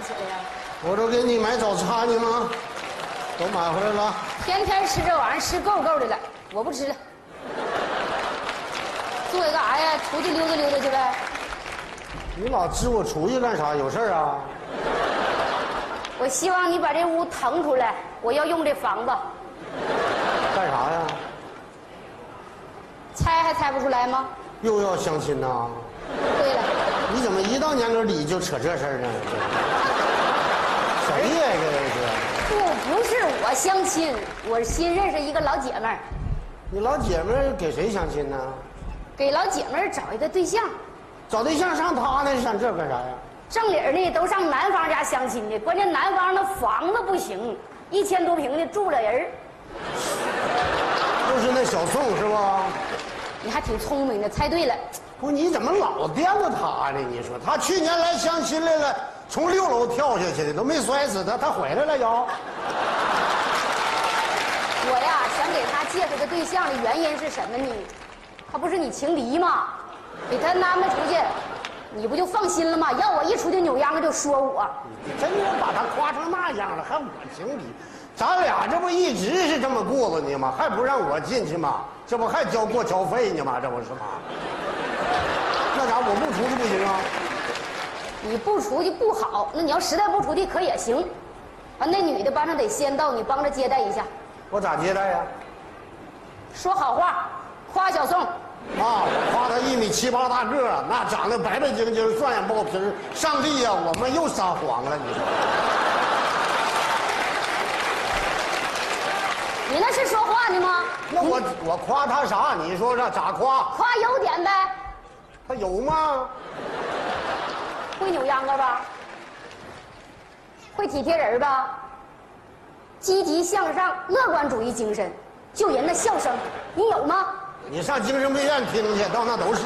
起来呀？ 我这给你买早餐呢吗？都买回来了。 天天吃这玩意儿，吃够够的了，我不吃了。做一个啥呀？出去溜达溜达去呗。 你老支我出去干啥？有事啊？ 我希望你把这屋腾出来，我要用这房子。 干啥呀？ 猜还猜不出来吗？ 又要相亲呐？ 对了， 你怎么一到年根里就扯这事儿呢？谁呀？ 不是我相亲，我是新认识一个老姐们儿。 你老姐们儿给谁相亲呢？ 给老姐们儿找一个对象。 找对象上他呢？上这干啥呀？ 正理儿呢都上男方家相亲的，关键男方那房子不行，1000多平的住不了人儿。 就是那小宋是吧？ 你还挺聪明的，猜对了。 不，你怎么老惦着他呢？你说他去年来相亲来了，从6楼跳下去的，都没摔死他回来了要。 我呀，想给他介绍个对象的原因是什么呢？他不是你情敌吗？给他安排出去，你不就放心了吗？要我一出去扭秧歌就说我。 你真是把他夸成那样了，还我情敌？咱俩这不一直是这么过着呢吗？还不让我进去吗？这不还交过桥费呢吗？这不是吗？那咋我不出去不行啊？ 你不出去不好，那你要实在不出去可也行。啊，那女的班上得先到，你帮着接待一下。 我咋接待呀？ 说好话，夸小宋。 啊，我夸他1米7、8大个儿，那长得白白净净、双眼包皮儿。上帝呀，我们又撒谎了，你说？ 你那是说话呢吗？ 那我夸他啥？你说这咋夸？ 夸优点呗。 他有吗？ 会扭秧歌吧？会体贴人吧？积极向上、乐观主义精神，就人的笑声，你有吗？ 你上精神病院听去，到那都是。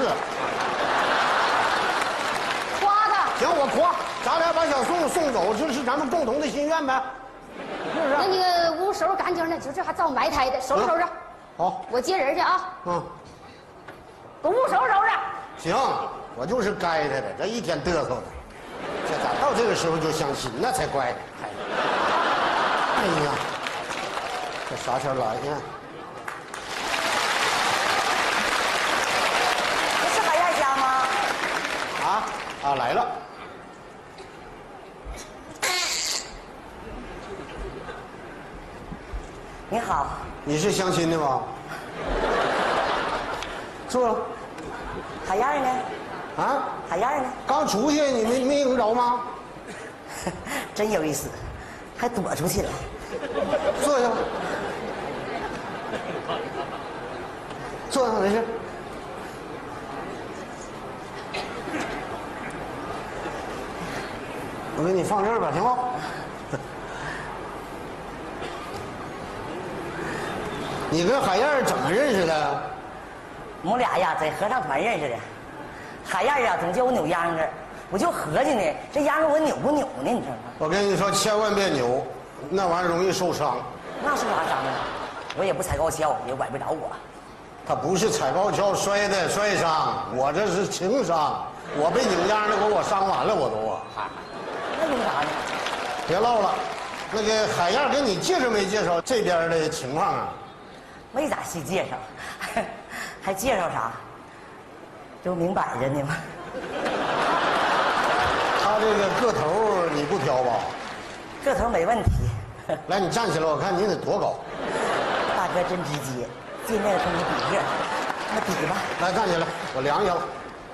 夸他。 行，我夸，咱俩把小宋送走，这是咱们共同的心愿呗，是不是？ 那你个屋收拾干净了，就这还造埋汰的，收拾收拾。 好， 我接人去啊。 嗯， 把屋收拾收拾。 行，我就是该他的，这一天嘚瑟的，这咋到这个时候就相亲，那才怪呢。哎呀，这啥前来呀？ 这是海燕家吗？ 啊，来了。 你好， 你是相亲的吗？坐。 海燕呢？ 啊， 海燕呢？ 刚出去，你没迎着吗？ 真有意思，还躲出去了。 坐下。坐下，没事。我给你放这儿吧，行吗？你跟海燕怎么认识的？ 我们俩呀，在合唱团认识的。海燕呀，总叫我扭秧歌，我就合计呢，这秧歌我扭不扭呢？你知道吗？ 我跟你说，千万别扭，那玩意儿容易受伤。 那是啥伤啊？我也不踩高跷，也崴不着我。 他不是踩高跷摔的摔伤，我这是情伤。我被扭秧的给我伤完了，我都啊。 那有啥呢？ 别唠了，那个海燕给你介绍没介绍这边的情况啊？ 没咋细介绍，还介绍啥？这不明摆着呢吗？ 他这个个头你不挑吧？ 个头没问题。 来，你站起来，我看你得多高。 大哥真直接，见面跟你比个，那比吧。 来，站起来，我量一下吧。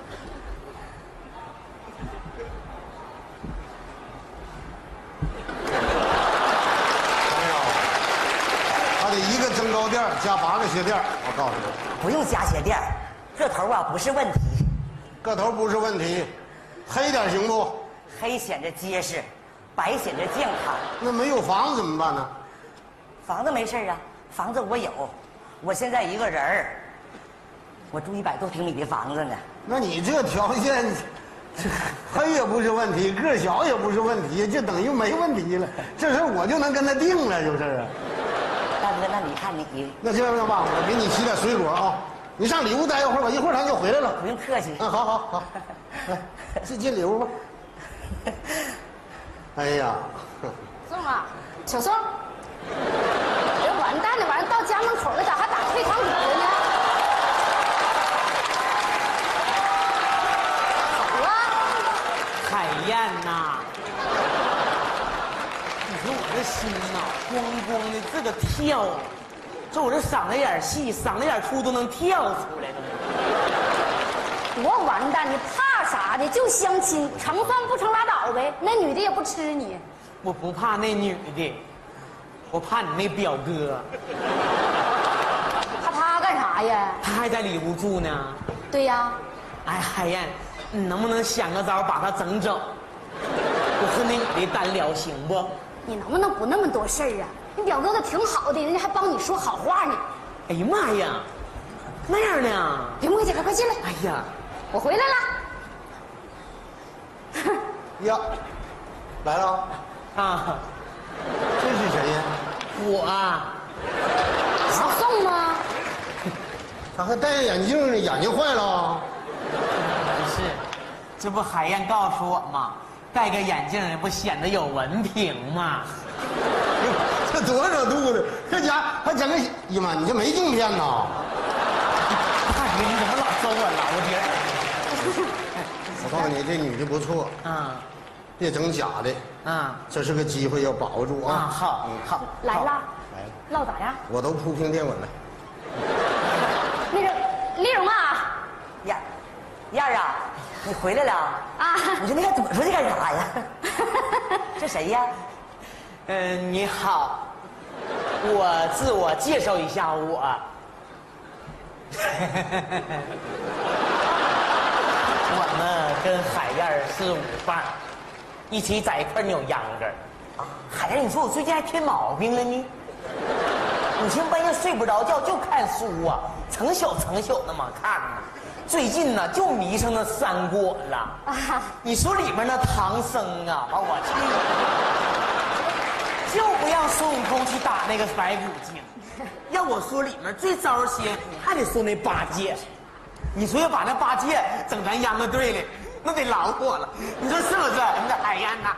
看没有？他得1个增高垫加8个鞋垫，我告诉你。 不用加鞋垫，个头啊不是问题。 个头不是问题，黑点行不？ 黑显着结实，白显着健康。 那没有房子怎么办呢？ 房子没事啊，房子我有，我现在一个人儿，我住100多平米的房子呢。 那你这条件，黑也不是问题，个小也不是问题，就等于没问题了。这事我就能跟他定了，就是啊。 大哥，那你看你， 那这样吧，我给你起点水果啊，你上里屋待一会儿吧，一会儿咱就回来了。 不用客气。 好，来，自进里屋吧。 哎呀， 宋啊，小宋，这完蛋了，完了到家门口了，咋还打退堂鼓了呢？走啊！ 海燕呐，你说我这心呐，咣咣的这个跳，这我这嗓子眼细，嗓子眼粗都能跳出来了。 多完蛋！你怕啥的？就相亲，成算不成拉倒呗。那女的也不吃你。 我不怕那女的，我怕你那表哥， 怕他干啥呀？ 他还在里屋住呢。 对呀。 哎，海燕，你能不能想个招把他整走？我和那女的单聊行不？ 你能不能不那么多事儿啊？你表哥哥挺好的，人家还帮你说好话呢。 哎呀妈呀，那样呢？ 别磨叽了，快进来。 哎呀， 我回来了。 呀，来了， 啊， 这是谁呀？ 我啊， 小宋吗？ 咋还戴着眼镜呢？眼睛坏了？ 不是，这不海燕告诉我吗？戴个眼镜不显得有文凭吗？ 这多少度的？这家还整个……哎呀妈，你这没镜片呐？ 大哥，你怎么老收我老底儿？ 我告诉你，这女的不错， 啊别整假的， 啊这是个机会，要把握住啊！ 啊！ 好，好，好来了， 来了， 唠咋样？ 我都铺平垫稳了。 那个丽蓉啊， 燕儿啊，你回来了啊你说你还躲出去干啥呀？这谁呀？ 你好，我自我介绍一下，我们跟海燕是舞伴，一起在一块扭秧歌。 啊，海燕，你说我最近还添毛病了呢？你前半夜睡不着觉就看书啊，成宿那么看呢。最近呢就迷上那三国了啊！你说里面那唐僧啊，把我气，就不让孙悟空去打那个白骨精。 要我说里面最糟心，还得说那八戒。你说要把那八戒整咱秧歌队里，那得劳我了。你说是不是？那海燕呐？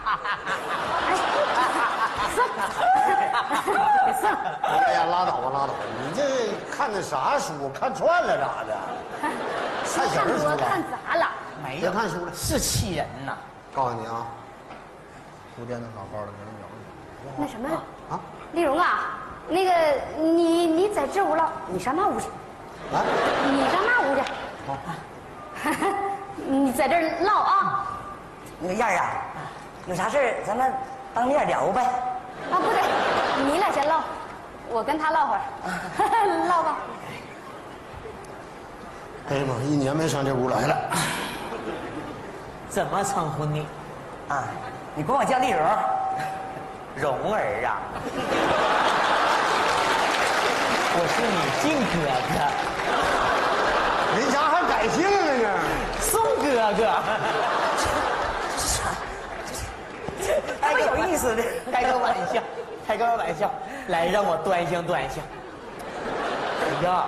哎呀，拉倒吧，拉倒吧！你这看的啥书？看串了咋的？看小看多人书了？ 看杂了。 没有别看书了。 是气人呐！ 告诉你啊，书店能好好的，没人咬那什么你啊！ 丽蓉啊，那个你在这屋唠，你上那屋去。 来， 你上那屋去。 好， 你在这儿唠啊。 那个燕儿啊，有啥事儿咱们当面聊呗。 啊，不对，你俩先唠，我跟他唠会儿。唠吧。 哎呀妈，一年没上这屋来了。 怎么称呼你？ 啊，你管我叫丽蓉。 蓉儿啊，我是你靖哥哥， 人家还改姓了呢。 宋哥哥。 太有意思的， 开个玩笑，开个玩笑，来让我端详端详。哎呀，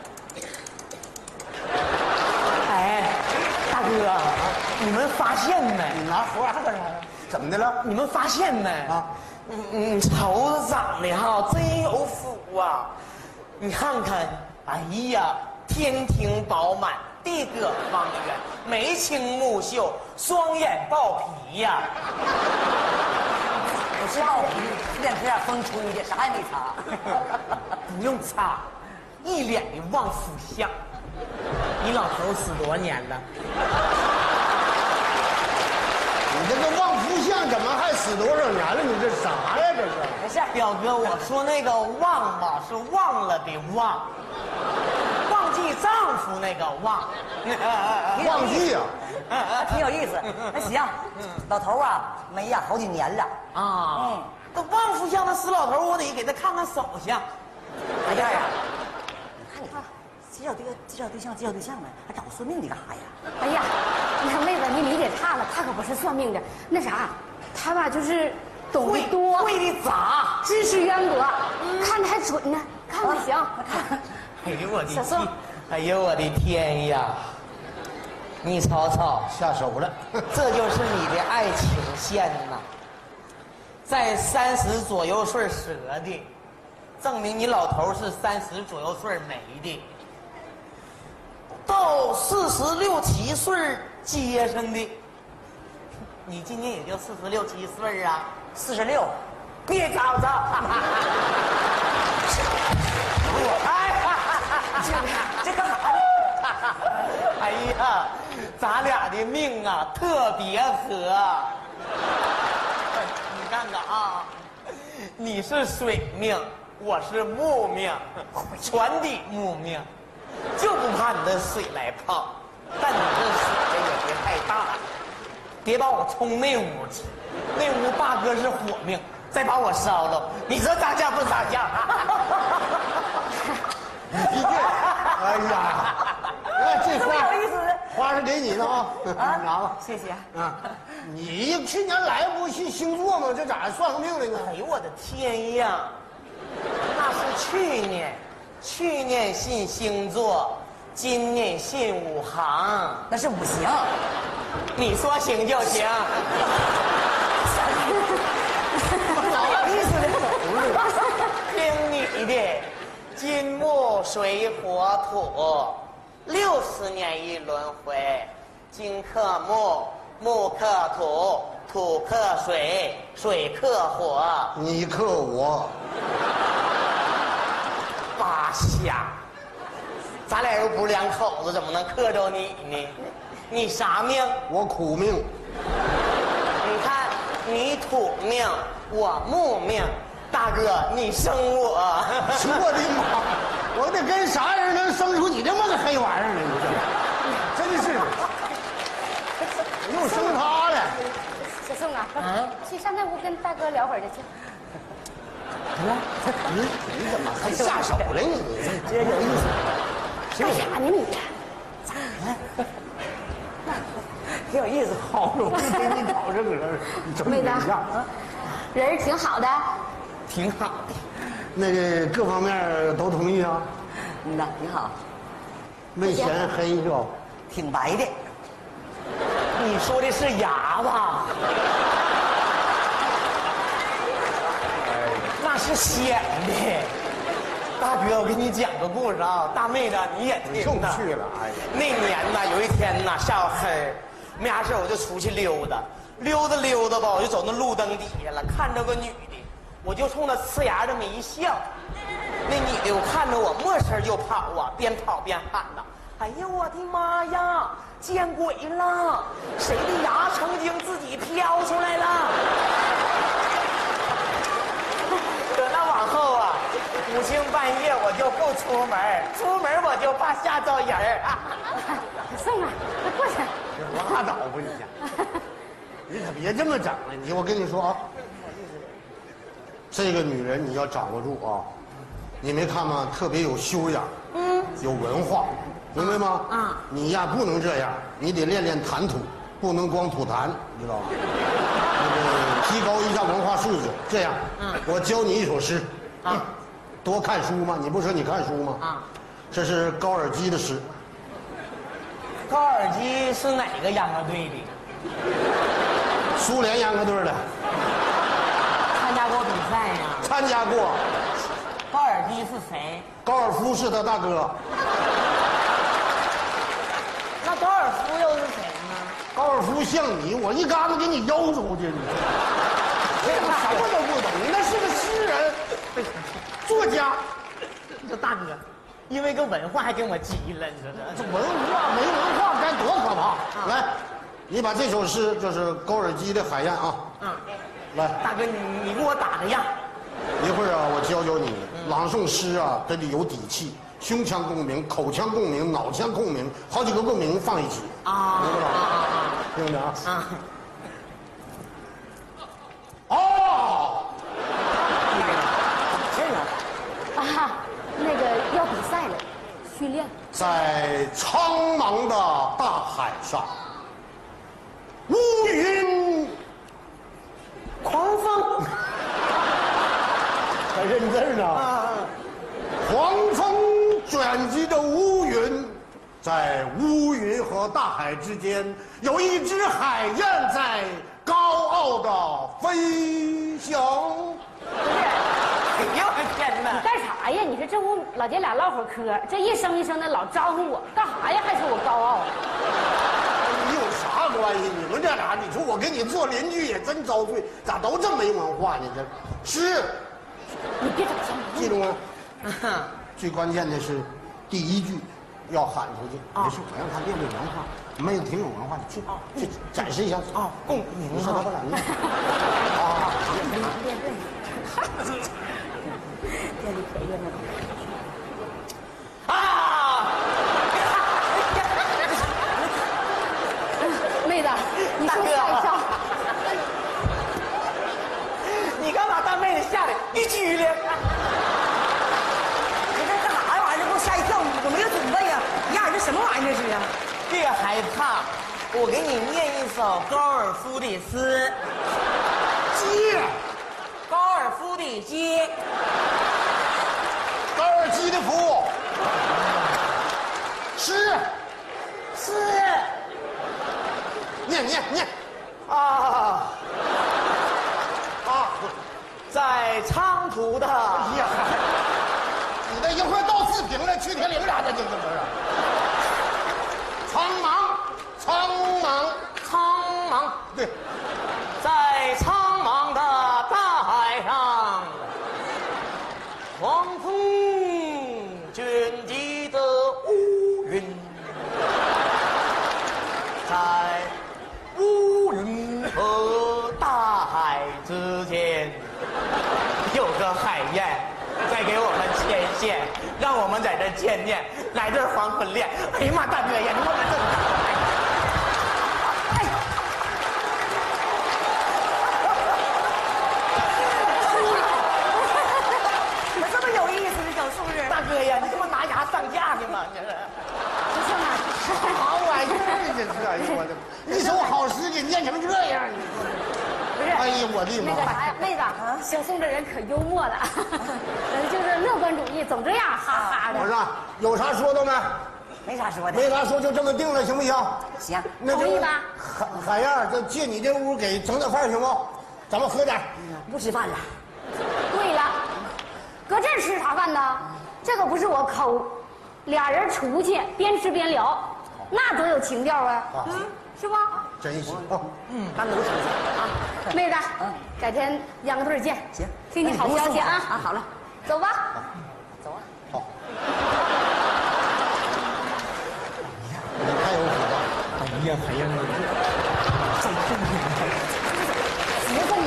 哎，大哥，你们发现没？ 你拿活干啥呀？怎么的了？ 你们发现没？ 啊， 瞅着长得哈真有福啊！你看看，哎呀，天庭饱满，地阁方圆，眉清目秀，双眼爆皮呀！ 我是爆皮，这两天风吹的，啥也没擦。 不用擦，一脸的旺夫相。你老头死多少年了？ 你这个旺夫相怎么还死多少年了？你这啥呀？这是？ 没事， 表哥，我说那个忘嘛是忘了的忘，忘记丈夫那个忘。 忘记啊？ 挺有意思。那行，老头啊没呀好几年了啊，那旺夫相那死老头，我得给他看看手相。 哎呀呀，你看你介绍对象呢，还找个算命的干啥呀？ 哎呀，那妹子你理解差了，他可不是算命的，那啥，他吧就是懂得多， 会的杂， 知识渊博，看的还准呢，看不行。看， 哎呦我的小宋天，哎呦我的天呀！你瞅瞅， 下手了。 这就是你的爱情线呐！ 在30左右岁折的，证明你老头是30左右岁没的。到46、7岁接上的，你今年也就46、7岁啊 46， 别找着。这干啥？哎呀，咱俩的命啊特别合。你看看啊，你是水命，我是木命，全体木命，就不怕你的水来泡。但你这水也别太大，别把我冲那屋去。那屋大哥是火命，再把我烧了，你说咋样不咋样？ 你这，哎呀，这花有意思的。 花是给你的啊，拿吧。 谢谢。 啊，你去年来不信星座吗？这咋还算个命了呢？ 哎呦我的天呀！那是去年信星座，今年信5行。 那是5行。 你说行就行。 好意思的。 听你的，金木水火土，60年一轮回，金克木，木克土，土克水，水克火。 你克我， 八瞎，咱俩又不是两口子，怎么能克着你呢？你啥命？ 我苦命。 你看，你土命，我木命。大哥，你生我， 我的妈！我得跟啥人能生出你这么个黑玩意儿来？你这，真是的，又生他了。 小宋啊，去上那屋跟大哥聊会儿去。 你怎么还下手了你？ 这有意思。 干啥呢你？ 挺有意思。 好容易给你找这个人，你整妹子一下， 人儿挺好的。 挺好的。 那个各方面都同意啊？ 嗯呐，挺好， 没嫌黑是吧？ 挺白的。 你说的是牙吧？那是显的。大哥，我给你讲个故事啊，大妹子你也听又呢。 去了，哎呀， 那年呢，有一天呢，下午黑儿，没啥事我就出去溜达，溜达吧，我就走那路灯底下了，看着个女的，我就冲她呲牙这么一笑。那女的我看着我，没事就跑啊，边跑边喊呐：“哎呀，我的妈呀，见鬼了！谁的牙曾经自己飘出来了？”等到往后啊，5更半夜我就不出门，出门我就怕吓着人儿。 宋啊，快过去。 拉倒吧你可别这么整了。我跟你说啊，这个女人你要掌握住啊。你没看吗？特别有修养，有文化，明白吗？ 啊， 你呀不能这样，你得练练谈吐，不能光吐痰，你知道吗？那个提高一下文化素质。这样，我教你一首诗。多看书吗？你不说你看书吗？这是高尔基的诗。 高尔基是哪个秧歌队的？ 苏联秧歌队的。 参加过比赛呀？ 参加过。 高尔基是谁？ 高尔夫是他大哥。 那高尔夫又是谁呢？ 高尔夫像你，我一竿子给你腰出去，你什么都不懂，你那是个诗人、作家。 这大哥，因为个文化还跟我急了，你说这。 这文化没文化该多可怕！来，你把这首诗，就是高尔基的《海燕》啊。来， 大哥，你给我打个样。 一会儿啊，我教教你朗诵诗啊，得有底气，胸腔共鸣、口腔共鸣、脑腔共鸣，好几个共鸣放一起啊，明白吗？听着啊。哦， 那个要比赛了，训练。 在苍茫的大海上，乌云狂风。 还认字呢。狂风卷集着乌云，在乌云和大海之间，有一只海燕在高傲地飞翔。 哎呦我天哪！ 干啥呀？你说这屋老姐俩唠会儿嗑，这一声一声的老招呼我，干啥呀？还说我高傲？ 你有啥关系？你们这俩，你说我跟你做邻居也真遭罪，咋都这么没文化呢？这是， 你别整像记住吗？最关键的是第一句要喊出去。没事，我让他练练文化，妹子挺有文化的，去展示一下啊！共鸣，你说他不懒呢？啊！ 店里可热闹了。 啊！ 妹子，你说吓一跳。 你干嘛大妹子吓得一激灵？ 你这干啥呀？玩意儿给我吓一跳！我没有准备呀！呀，这什么玩意儿这是啊？ 别害怕，我给你念一首高尔夫的诗。 鸡， 高尔夫的鸡， 高尔基的夫，诗，念啊！ 在昌图的哎呀，你这一会儿到四平了，去天陵啥的，这不是？苍茫，对， 在苍茫的大海上，狂风卷积的乌云，在乌云和大海之间，有个海燕在给我们牵线，让我们在这见面，来这黄昏恋。哎呀妈，大哥呀，你我们这。 这么有意思的小树是？ 大哥呀，你他妈拿牙上架呢吗？你这是。 啥玩意儿？这是，哎呦我的，一首好诗给念成这样， 不是， 哎呀我的妈！ 那个啥呀，妹子，小宋这人可幽默了，就是乐观主义，总这样哈哈的。 我说有啥说的没？ 没啥说的。 没啥说，就这么定了，行不行？ 行， 那就同意吧喊样，就借你这屋给整点饭，行不？咱们喝点。 不吃饭了。 对了，搁这儿吃啥饭呢？这可不是我抠，俩人出去边吃边聊，那多有情调啊！是吧？ 真行啊！ 单独吃去啊。 妹子，改天秧歌队见。 行， 听你好消息啊！ 啊，好了， 走吧。 走啊。 好。你太有谱了。 哎呀，哎呀， 节奏呢？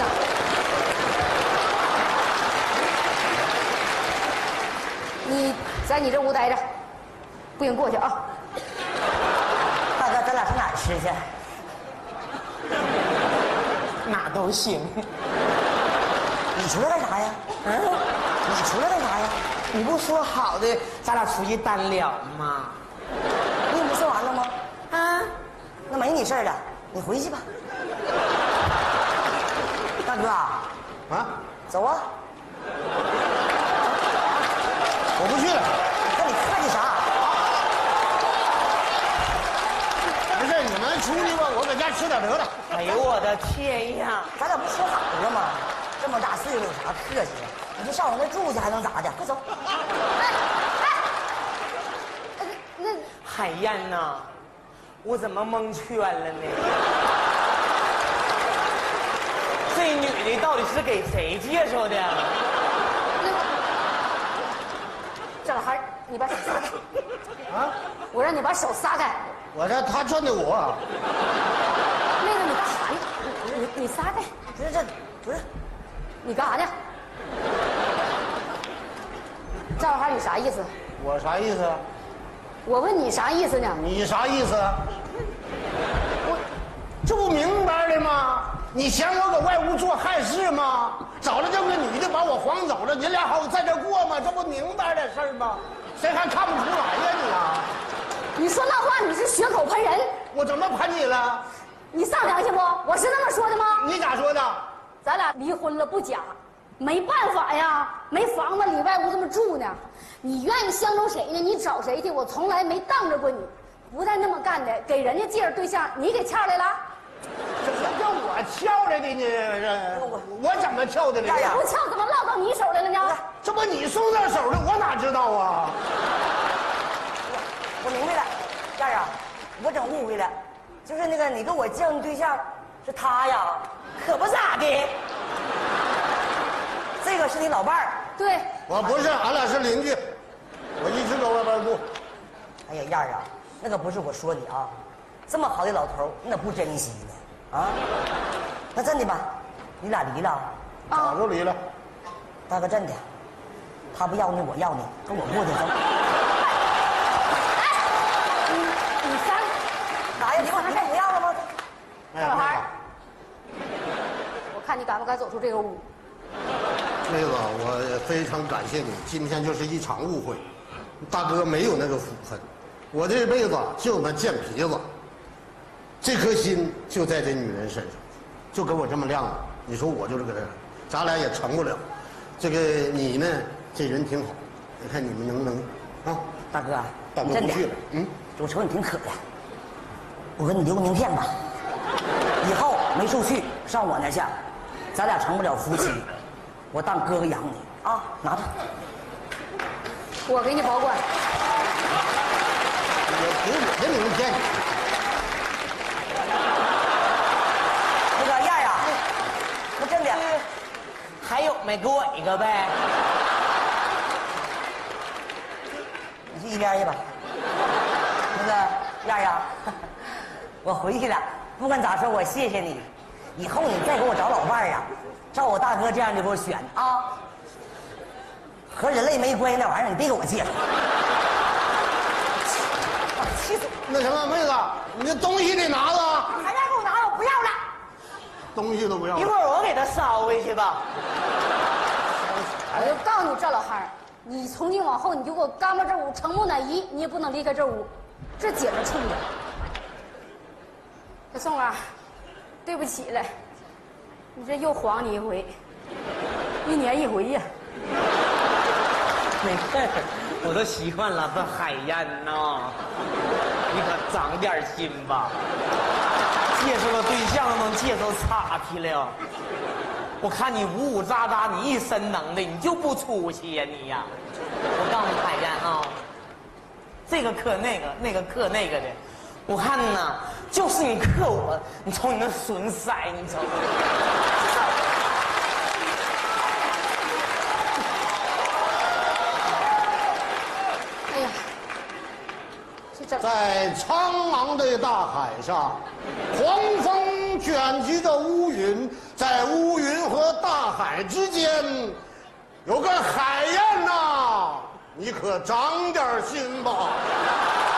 你在你这屋待着，不行过去啊。 大哥，咱俩上哪儿吃去？ 哪都行。 你出来干啥呀？你出来干啥呀？ 你不说好的，咱俩出去单聊吗？ 你不说完了吗？ 啊， 那没你事儿了，你回去吧。大哥， 啊， 走啊！ 我不去了。 那你客气啥？ 没事，你们出去吧，我搁家吃点得了。 哎呦我的天呀！ 咱俩不说好了吗？这么大岁数有啥客气的？你就上我那住去还能咋的？快走！ 那海燕呐，我怎么蒙圈了呢？这女的到底是给谁介绍的？ 这老汉，你把手撒开！ 啊， 我让你把手撒开！ 我这他转的我。 妹子，你干啥呢？你撒开！ 不是， 你干啥呢？赵老汉，你啥意思？ 我啥意思？ 我问你啥意思呢？ 你啥意思？我这不明白了吗？你嫌我搁外屋做害事吗？找了这么个女的把我晃走了，你俩好在这过吗？这不明白的事儿吗？谁还看不出来呀你啊？ 你说那话你是血口喷人， 我怎么喷你了？ 你上良心不？我是那么说的吗？ 你咋说的？ 咱俩离婚了不假，没办法呀，没房子里外屋这么住呢。你愿意相中谁呢？你找谁去？我从来没当着过你，不带那么干的。给人家介绍对象，你给撬来了。 这叫我撬来的呢？这我翘的了。 不翘怎么落到你手来了呢？ 这不你送到手的，我哪知道啊？ 我明白了，燕儿啊，我整误会了，就是那个你跟我介绍的对象是他呀，可不咋的。这个是你老伴儿。 对， 我不是，俺俩是邻居，我一直搁外边住。 哎呀，燕儿啊，那可不是我说你啊，这么好的老头儿，你咋不珍惜呢？啊？那真的吧，你俩离了？ 早就离了。 大哥，真的，他不要你，我要你，跟我过去走。 你三， 哪呀？你不是不要了吗？ 大老汉，我看你敢不敢走出这个屋？ 妹子，我也非常感谢你，今天就是一场误会，大哥没有那个福分，我这辈子就那贱皮子，这颗心就在这女人身上，就跟我这么亮的，你说我就是个人，咱俩也成不了。这个你呢，这人挺好，你看你们能不能啊？ 大哥， 大哥不去了， 我瞅你挺可怜，我给你留个名片吧，以后没处去上我那去，咱俩成不了夫妻。我当哥哥养你啊，拿着。 我给你保管。 我给我的名片。 那个燕儿啊，那真的， 还有没给我一个呗？ 你去一边去吧。那个燕儿啊，我回去了，不管咋说，我谢谢你。以后你再给我找老伴儿啊，照我大哥这样的给我选啊。和人类没关系那玩意儿，你别给我介绍。气死我！ 那什么，妹子，你那东西得拿着， 还让给我拿，我不要了。 东西都不要了。 一会儿我给他捎回去吧。 我就告诉你赵老汉儿，你从今往后你就给我干巴这屋，成木乃伊，你也不能离开这屋，这姐们冲的。小宋啊，对不起了，你这又晃你一回，1年1回呀。 没事儿，我都习惯了，这海燕呐，你可长点心吧。介绍个对象都能介绍岔劈了，我看你呜呜喳喳，你一身能的，你就不出息呀你呀！我告诉你海燕啊，这个克那个，那个克那个的，我看呢，就是你克我，你瞅你那损色，你瞅。 在苍茫的大海上，狂风卷集着乌云，在乌云和大海之间，有个海燕呐，你可长点心吧。